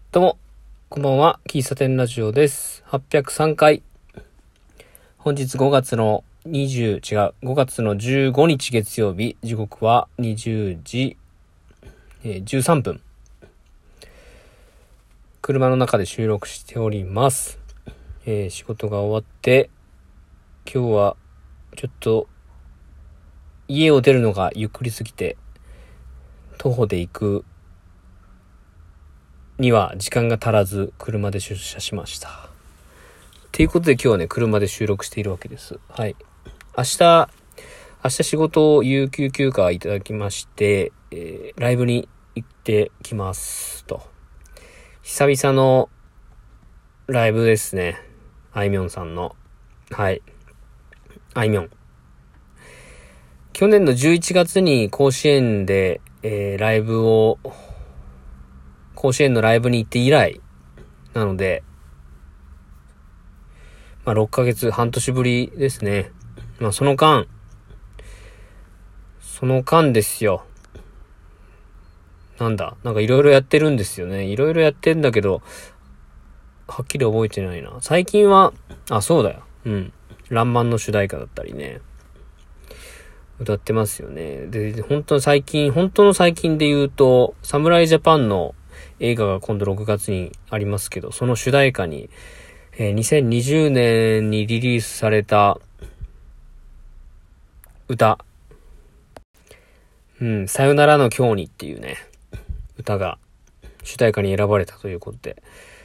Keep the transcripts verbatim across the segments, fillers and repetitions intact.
どうも、こんばんは。喫茶店ラジオです。はっぴゃくさんかい。本日ごがつのにじゅう、違う、ごがつのじゅうごにち月曜日、時刻はにじゅうじ、えー、じゅうさんぷん。車の中で収録しております。えー、仕事が終わって、今日はちょっと家を出るのがゆっくりすぎて、徒歩で行くには時間が足らず車で出社しました。ということで今日はね、車で収録しているわけです。はい。明日、明日仕事を有給休暇いただきまして、えー、ライブに行ってきますと。久々のライブですね。あいみょんさんの。はい。あいみょん。去年のじゅういちがつに甲子園で、えー、ライブを、甲子園のライブに行って以来なので、まあろっかげつ、半年ぶりですね。まあその間、その間ですよ。なんだ、なんかいろいろやってるんですよね。いろいろやってんだけど、はっきり覚えてないな。最近は、あ、そうだよ。うん。らんまんの主題歌だったりね。歌ってますよね。で、本当の最近、本当の最近で言うと、侍ジャパンの映画が今度ろくがつにありますけど、その主題歌に、えー、にせんにじゅうねんにリリースされた歌、うん、さよならの今日にっていうね、歌が主題歌に選ばれたということで、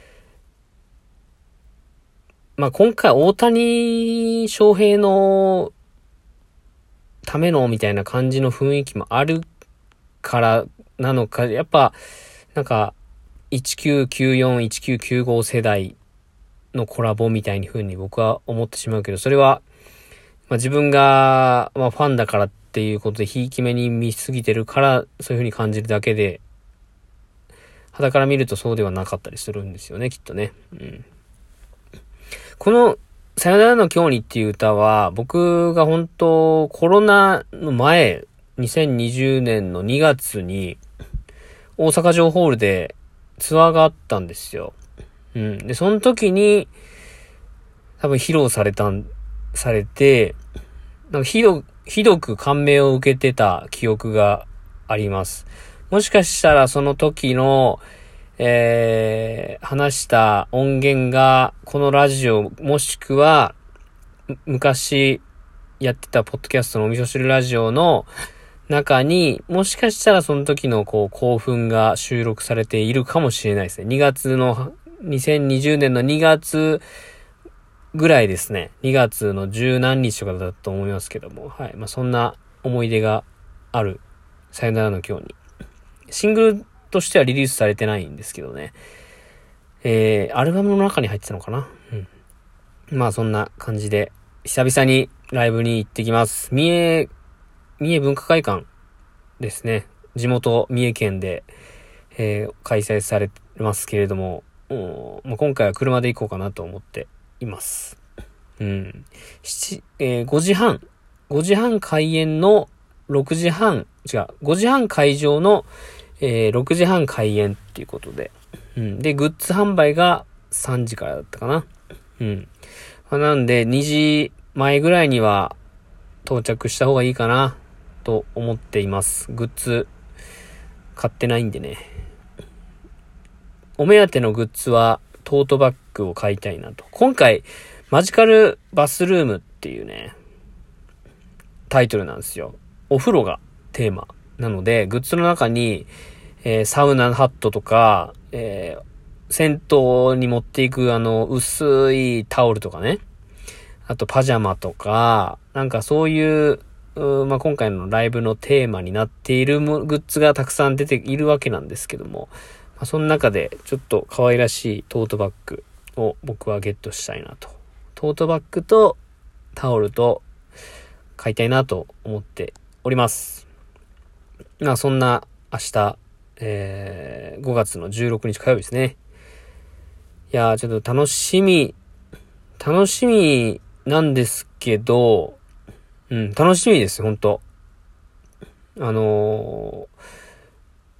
まあ今回大谷翔平のためのみたいな感じの雰囲気もあるからなのか、やっぱなんかせんきゅうひゃくきゅうじゅうよん、せんきゅうひゃくきゅうじゅうご世代のコラボみたいに風に僕は思ってしまうけど、それは、まあ、自分が、まあ、ファンだからっていうことでひいき目に見すぎてるからそういう風に感じるだけで、肌から見るとそうではなかったりするんですよね、きっとね。うん、このさよならの今日にっていう歌は、僕が本当コロナの前、にせんにじゅうねんのにがつに大阪城ホールでツアーがあったんですよ。うん。で、その時に多分披露されたん、されて、なんかひど、ひどく感銘を受けてた記憶があります。もしかしたらその時のえー、話した音源がこのラジオもしくは昔やってたポッドキャストのお味噌汁ラジオの中にもしかしたらその時のこう興奮が収録されているかもしれないですね。にがつのにせんにじゅうねんのにがつぐらいですね。にがつの十何日とかだと思いますけども、はい、まあそんな思い出があるさよならの今日に。シングルとしてはリリースされてないんですけどね。えー、アルバムの中に入ってたのかな。うん。まあそんな感じで、久々にライブに行ってきます。三重、三重文化会館ですね。地元三重県で、えー、開催されますけれども、まあ、今回は車で行こうかなと思っています。うん。七、えー、ごじはん、ごじはん開演のろくじはん、違う、ごじはん会場のえー、ろくじはん開演っていうことで。うん。で、グッズ販売がさんじからだったかな。うん。まあ、なんで、にじまえぐらいには到着した方がいいかな、と思っています。グッズ、買ってないんでね。お目当てのグッズは、トートバッグを買いたいなと。今回、マジカルバスルームっていうね、タイトルなんですよ。お風呂がテーマ。なので、グッズの中に、えー、サウナハットとか、えー、銭湯に持っていくあの、薄いタオルとかね。あと、パジャマとか、なんかそういう、うまあ、今回のライブのテーマになっているグッズがたくさん出ているわけなんですけども、まあ、その中でちょっと可愛らしいトートバッグを僕はゲットしたいなと。トートバッグとタオルと買いたいなと思っております。まあそんな明日、えー、ごがつのじゅうろくにち火曜日ですね。いやーちょっと楽しみ、楽しみなんですけど、うん、楽しみです、ほんと。あの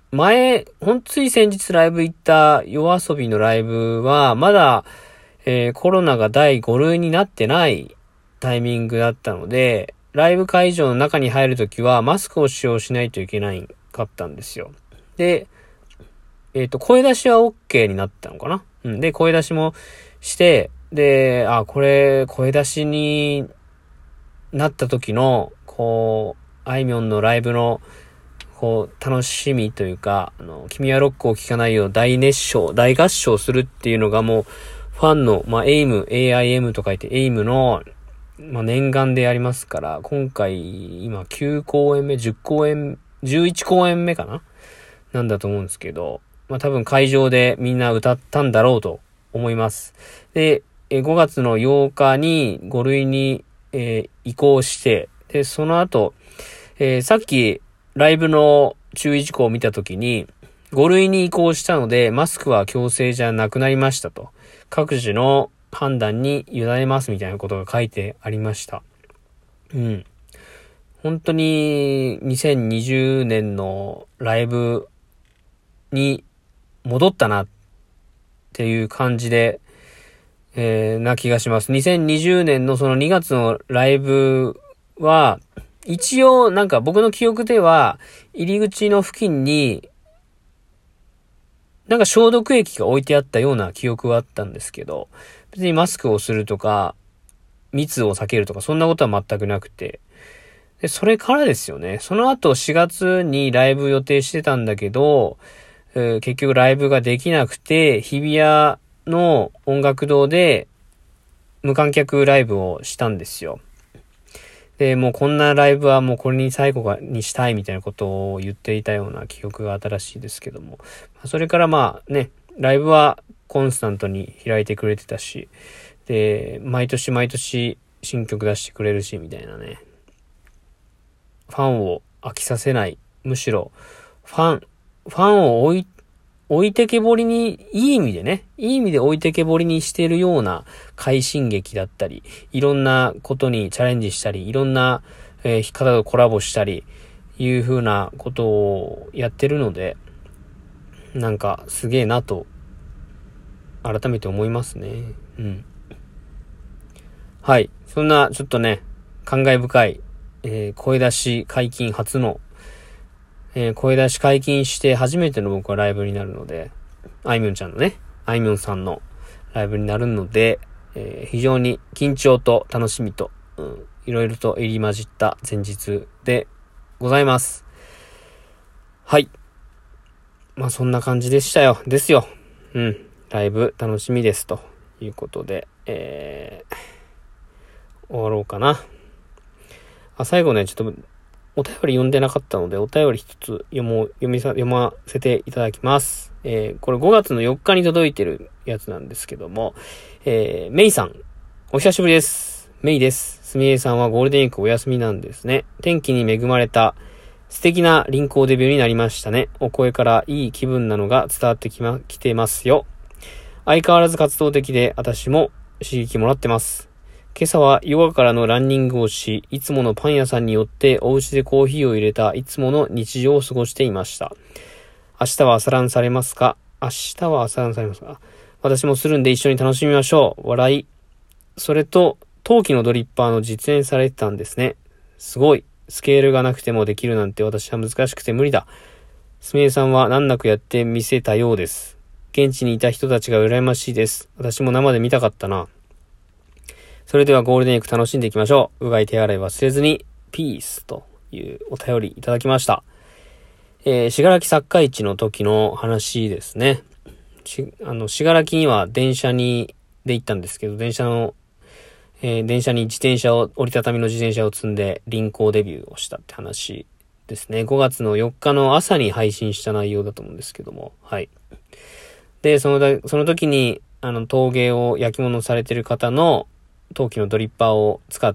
前、ほんつい先日ライブ行った夜遊びのライブは、まだ、えー、コロナがだいご類になってないタイミングだったので、ライブ会場の中に入るときはマスクを使用しないといけないかったんですよ。で、えっと、声出しは OK になったのかな？うん。で、声出しもして、で、あ、これ、声出しになった時の、こう、あいみょんのライブの、こう、楽しみというか、あの、君はロックを聴かないよ、大熱唱、大合唱するっていうのがもう、ファンの、まあ、エイム、エーアイエム と書いて、エイムの、まあ、念願でありますから、今回、今、きゅう公演目、じゅっ公演、じゅういち公演目かななんだと思うんですけど、まあ、多分会場でみんな歌ったんだろうと思います。で、ごがつのようかにご類に、えー、移行して、で、その後、えー、さっきライブの注意事項を見たときに、ご類に移行したので、マスクは強制じゃなくなりましたと。各自の判断に委ねますみたいなことが書いてありました。うん。本当ににせんにじゅうねんのライブに戻ったなっていう感じで、えー、な気がします。にせんにじゅうねんのそのにがつのライブは、一応なんか僕の記憶では、入り口の付近に、なんか消毒液が置いてあったような記憶はあったんですけど、別にマスクをするとか、密を避けるとか、そんなことは全くなくて。で、それからですよね。その後しがつにライブ予定してたんだけど、えー、結局ライブができなくて、日比谷の音楽堂で無観客ライブをしたんですよ。で、もうこんなライブはもうこれに最後にしたいみたいなことを言っていたような記憶が新しいですけども。それからまあね、ライブはコンスタントに開いてくれてたし、で、毎年毎年新曲出してくれるし、みたいなね。ファンを飽きさせない。むしろ、ファン、ファンを置い、置いてけぼりに、いい意味でね、いい意味で置いてけぼりにしているような快進撃だったり、いろんなことにチャレンジしたり、いろんな、えー、方とコラボしたり、いう風なことをやってるので、なんかすげえなと、改めて思いますね。うん。はい。そんな、ちょっとね、感慨深い、えー、声出し解禁初の、えー、声出し解禁して初めての僕はライブになるので、あいみょんちゃんのね、あいみょんさんのライブになるので、えー、非常に緊張と楽しみと、うん、いろいろと入り混じった前日でございます。はい。まあそんな感じでしたよ。ですよ。うん。ライブ楽しみですということで、えー、終わろうかな。あ、最後ね、ちょっと、お便り読んでなかったので、お便り一つ読もう、読みさ、読ませていただきます。えー、これごがつのよっかに届いてるやつなんですけども、えー、メイさん、お久しぶりです。メイです。すみえさんはゴールデンウィークお休みなんですね。天気に恵まれた素敵な臨行デビューになりましたね。お声からいい気分なのが伝わってきま、きてますよ。相変わらず活動的で、私も刺激もらってます。今朝はヨガからのランニングをし、いつものパン屋さんに寄ってお家でコーヒーを入れたいつもの日常を過ごしていました。明日は朝ランされますか？明日は朝ランされますか？私もするんで一緒に楽しみましょう。笑い。それと、陶器のドリッパーの実演されてたんですね。すごい。スケールがなくてもできるなんて私は難しくて無理だ。すみれさんは難なくやってみせたようです。現地にいた人たちが羨ましいです。私も生で見たかったな。それではゴールデンウィーク楽しんでいきましょう。うがい手洗い忘れずに、ピースというお便りいただきました。えー、しがらきサッカー市の時の話ですね。し、あの、しがらきには電車に、で行ったんですけど、電車の、えー、電車に自転車を、折りたたみの自転車を積んで臨行デビューをしたって話ですね。ごがつのよっかの朝に配信した内容だと思うんですけども、はい。で、そのだ、その時に、あの、陶芸を焼き物されてる方の、陶器のドリッパーを使って、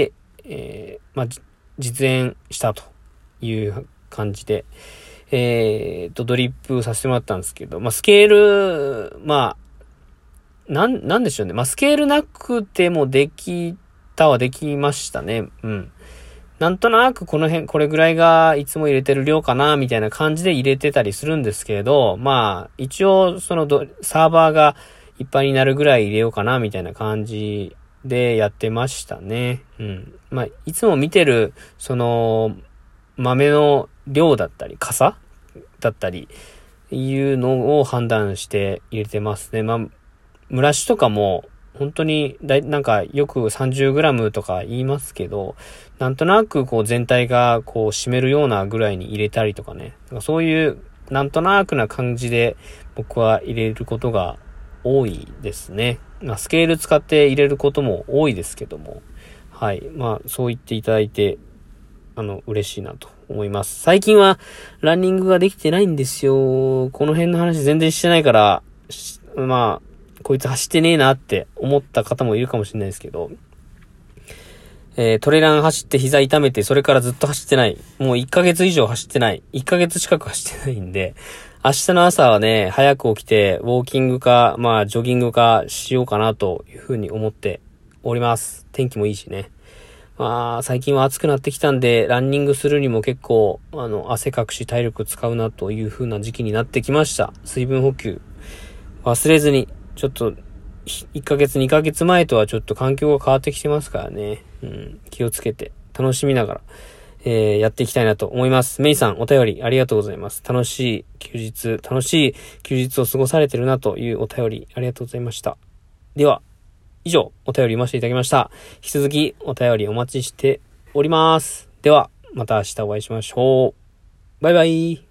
えー、まあ、実演したという感じで、えーと、ドリップさせてもらったんですけど、まあ、スケール、まあ、なん、なんでしょうね。まあ、スケールなくてもできたはできましたね。うん。 なんとなくこの辺、これぐらいがいつも入れてる量かな、みたいな感じで入れてたりするんですけれど、まあ、一応、そのど、サーバーがいっぱいになるぐらい入れようかな、みたいな感じでやってましたね。うん。まあ、いつも見てる、その、豆の量だったり、かさだったり、いうのを判断して入れてますね。まあ、蒸らしとかも、本当にだい、なんかよく さんじゅうグラム とか言いますけど、なんとなくこう全体がこう占めるようなぐらいに入れたりとかね。そういうなんとなくな感じで僕は入れることが多いですね。まあスケール使って入れることも多いですけども。はい。まあそう言っていただいて、あの、嬉しいなと思います。最近はランニングができてないんですよ。この辺の話全然してないから、まあ、こいつ走ってねえなって思った方もいるかもしれないですけど、えー、トレラン走って膝痛めてそれからずっと走ってない。もういっかげつ以上走ってない。いっかげつ近く走ってないんで、明日の朝はね、早く起きてウォーキングか、まあジョギングかしようかなというふうに思っております。天気もいいしね。まあ最近は暑くなってきたんで、ランニングするにも結構、あの、汗かくし体力使うなというふうな時期になってきました。水分補給忘れずに。ちょっと、いっかげつ、にかげつまえとはちょっと環境が変わってきてますからね。うん、気をつけて、楽しみながら、えー、やっていきたいなと思います。メイさん、お便りありがとうございます。楽しい休日、楽しい休日を過ごされてるなというお便りありがとうございました。では、以上、お便り読ませていただきました。引き続き、お便りお待ちしております。では、また明日お会いしましょう。バイバイ。